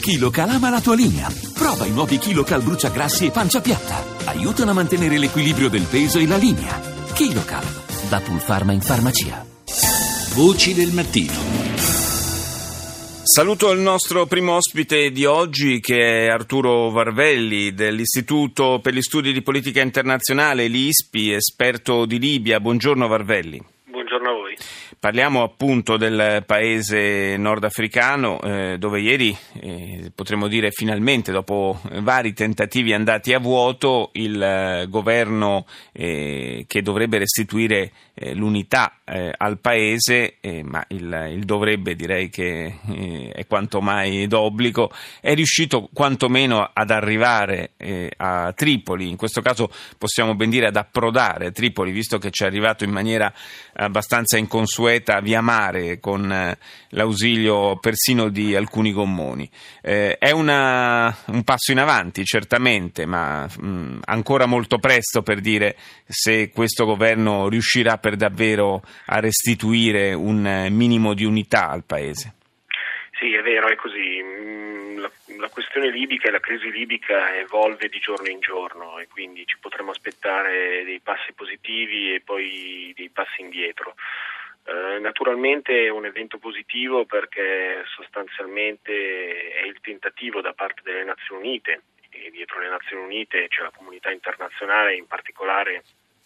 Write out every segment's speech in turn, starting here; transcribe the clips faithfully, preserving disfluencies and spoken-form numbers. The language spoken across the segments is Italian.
KiloCal ama la tua linea. Prova i nuovi KiloCal bruciagrassi e pancia piatta. Aiutano a mantenere l'equilibrio del peso e la linea. KiloCal, da Pulpharma in farmacia. Voci del mattino. Saluto il nostro primo ospite di oggi, che è Arturo Varvelli dell'Istituto per gli Studi di Politica Internazionale, l'I S P I, esperto di Libia. Buongiorno Varvelli. Buongiorno a voi. Parliamo appunto del paese nordafricano eh, dove ieri, eh, potremmo dire finalmente, dopo vari tentativi andati a vuoto, il eh, governo eh, che dovrebbe restituire eh, l'unità eh, al paese, eh, ma il, il dovrebbe direi che eh, è quanto mai d'obbligo, è riuscito quantomeno ad arrivare eh, a Tripoli, in questo caso possiamo ben dire ad approdare a Tripoli, visto che ci è arrivato in maniera abbastanza inconsueta via mare con eh, l'ausilio persino di alcuni gommoni. Eh, è una, un passo in avanti certamente, ma mh, ancora molto presto per dire se questo governo riuscirà per davvero a restituire un minimo di unità al paese. Sì, è vero, è così. La, la questione libica e la crisi libica evolve di giorno in giorno e quindi ci potremo aspettare dei passi positivi e poi dei passi indietro. Uh, naturalmente è un evento positivo perché sostanzialmente è il tentativo da parte delle Nazioni Unite, e dietro le Nazioni Unite c'è la comunità internazionale, in particolare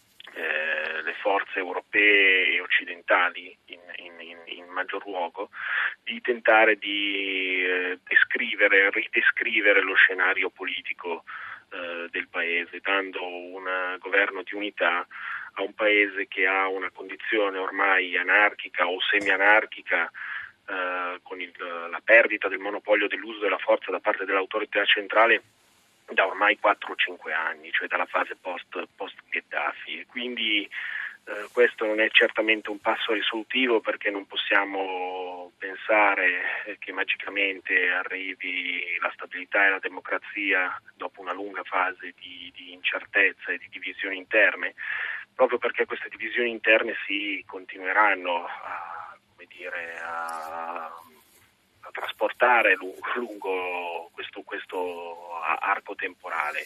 eh, le forze europee e occidentali in, in, in, in maggior luogo, di tentare di eh, descrivere, ridescrivere lo scenario politico eh, del paese, dando un governo di unità a un paese che ha una condizione ormai anarchica o semi-anarchica, eh, con il, la perdita del monopolio dell'uso della forza da parte dell'autorità centrale da ormai quattro o cinque anni, cioè dalla fase post, post-Gheddafi. Quindi eh, questo non è certamente un passo risolutivo, perché non possiamo pensare che magicamente arrivi la stabilità e la democrazia dopo una lunga fase di, di incertezza e di divisioni interne, proprio perché queste divisioni interne si continueranno a, come dire, a, a trasportare lungo, lungo questo, questo arco temporale.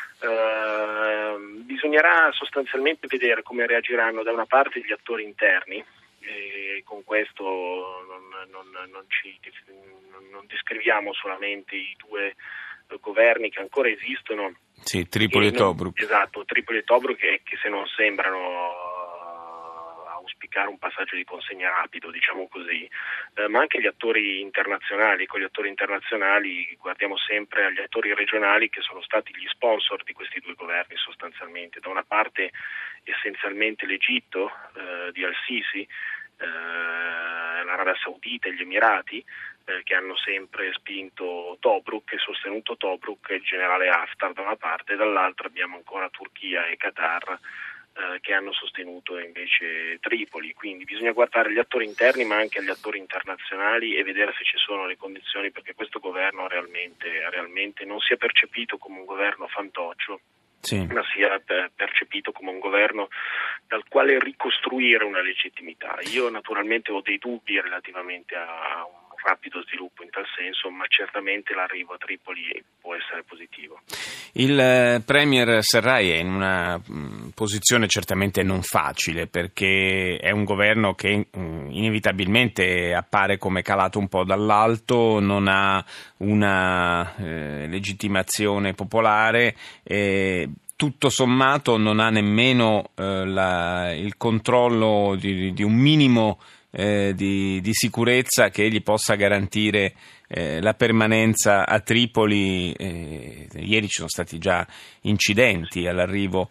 Uh, bisognerà sostanzialmente vedere come reagiranno da una parte gli attori interni, e con questo non, non, non, ci, non descriviamo solamente i due governi che ancora esistono. Sì, Tripoli e, e Tobruk. Esatto, Tripoli e Tobruk, che, che se non sembrano auspicare un passaggio di consegna rapido, diciamo così, eh, ma anche gli attori internazionali. Con gli attori internazionali guardiamo sempre agli attori regionali, che sono stati gli sponsor di questi due governi sostanzialmente. Da una parte essenzialmente l'Egitto eh, di Al-Sisi, eh, l'Arabia Saudita e gli Emirati, eh, che hanno sempre spinto Tobruk e sostenuto Tobruk, e il generale Haftar da una parte, e dall'altra abbiamo ancora Turchia e Qatar eh, che hanno sostenuto invece Tripoli. Quindi bisogna guardare gli attori interni ma anche agli attori internazionali e vedere se ci sono le condizioni perché questo governo realmente, realmente non sia percepito come un governo fantoccio, sì, ma sia percepito come un governo dal quale ricostruire una legittimità. Io naturalmente ho dei dubbi relativamente a un rapido sviluppo in tal senso, ma certamente l'arrivo a Tripoli può essere positivo. Il premier Sarraj è in una mh, posizione certamente non facile, perché è un governo che mh, inevitabilmente appare come calato un po' dall'alto, non ha una eh, legittimazione popolare, e tutto sommato non ha nemmeno eh, la, il controllo di, di un minimo Eh, di, di sicurezza che gli possa garantire eh, la permanenza a Tripoli. Eh, ieri ci sono stati già incidenti all'arrivo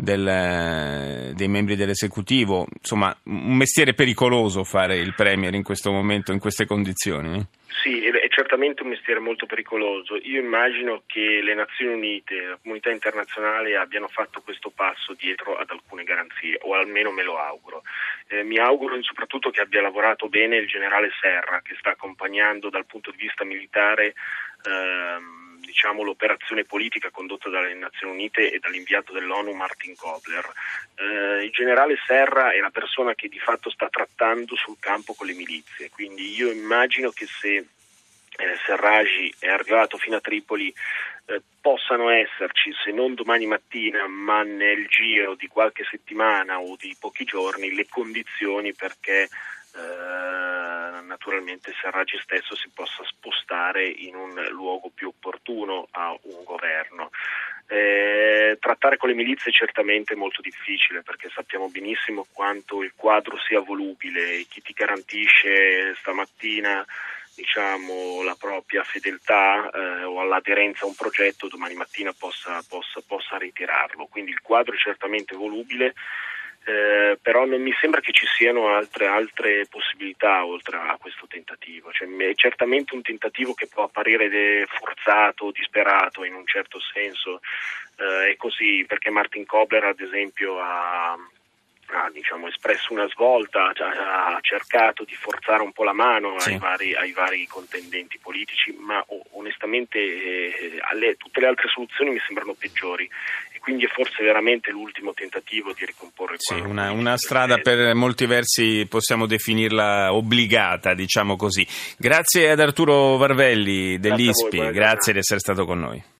del, dei membri dell'esecutivo. Insomma, un mestiere pericoloso fare il premier in questo momento, in queste condizioni. Eh? Sì, è certamente un mestiere molto pericoloso. Io immagino che le Nazioni Unite, la comunità internazionale abbiano fatto questo passo dietro ad alcune garanzie, o almeno me lo auguro. Eh, mi auguro soprattutto che abbia lavorato bene il generale Serra, che sta accompagnando dal punto di vista militare ehm, diciamo l'operazione politica condotta dalle Nazioni Unite e dall'inviato dell'ONU Martin Kobler. Eh, il generale Serra è la persona che di fatto sta trattando sul campo con le milizie, quindi io immagino che se eh, Serraj è arrivato fino a Tripoli, eh, possano esserci, se non domani mattina, ma nel giro di qualche settimana o di pochi giorni, le condizioni perché Uh, naturalmente Serraj stesso si possa spostare in un luogo più opportuno a un governo. Eh, trattare con le milizie è certamente molto difficile, perché sappiamo benissimo quanto il quadro sia volubile e chi ti garantisce stamattina, diciamo, la propria fedeltà eh, o l'aderenza a un progetto domani mattina possa, possa, possa ritirarlo. Quindi il quadro è certamente volubile. Eh, però non mi sembra che ci siano altre, altre possibilità oltre a questo tentativo. Cioè, è certamente un tentativo che può apparire de- forzato, disperato in un certo senso, eh, è così, perché Martin Kobler ad esempio ha, ha diciamo, espresso una svolta, cioè, ha cercato di forzare un po' la mano sì. ai, vari, ai vari contendenti politici, ma oh, onestamente eh, alle, tutte le altre soluzioni mi sembrano peggiori. Quindi è forse veramente l'ultimo tentativo di ricomporre il sì, quadro. Una, una strada per molti versi possiamo definirla obbligata, diciamo così. Grazie ad Arturo Varvelli dell'I S P I, grazie, grazie di essere stato con noi.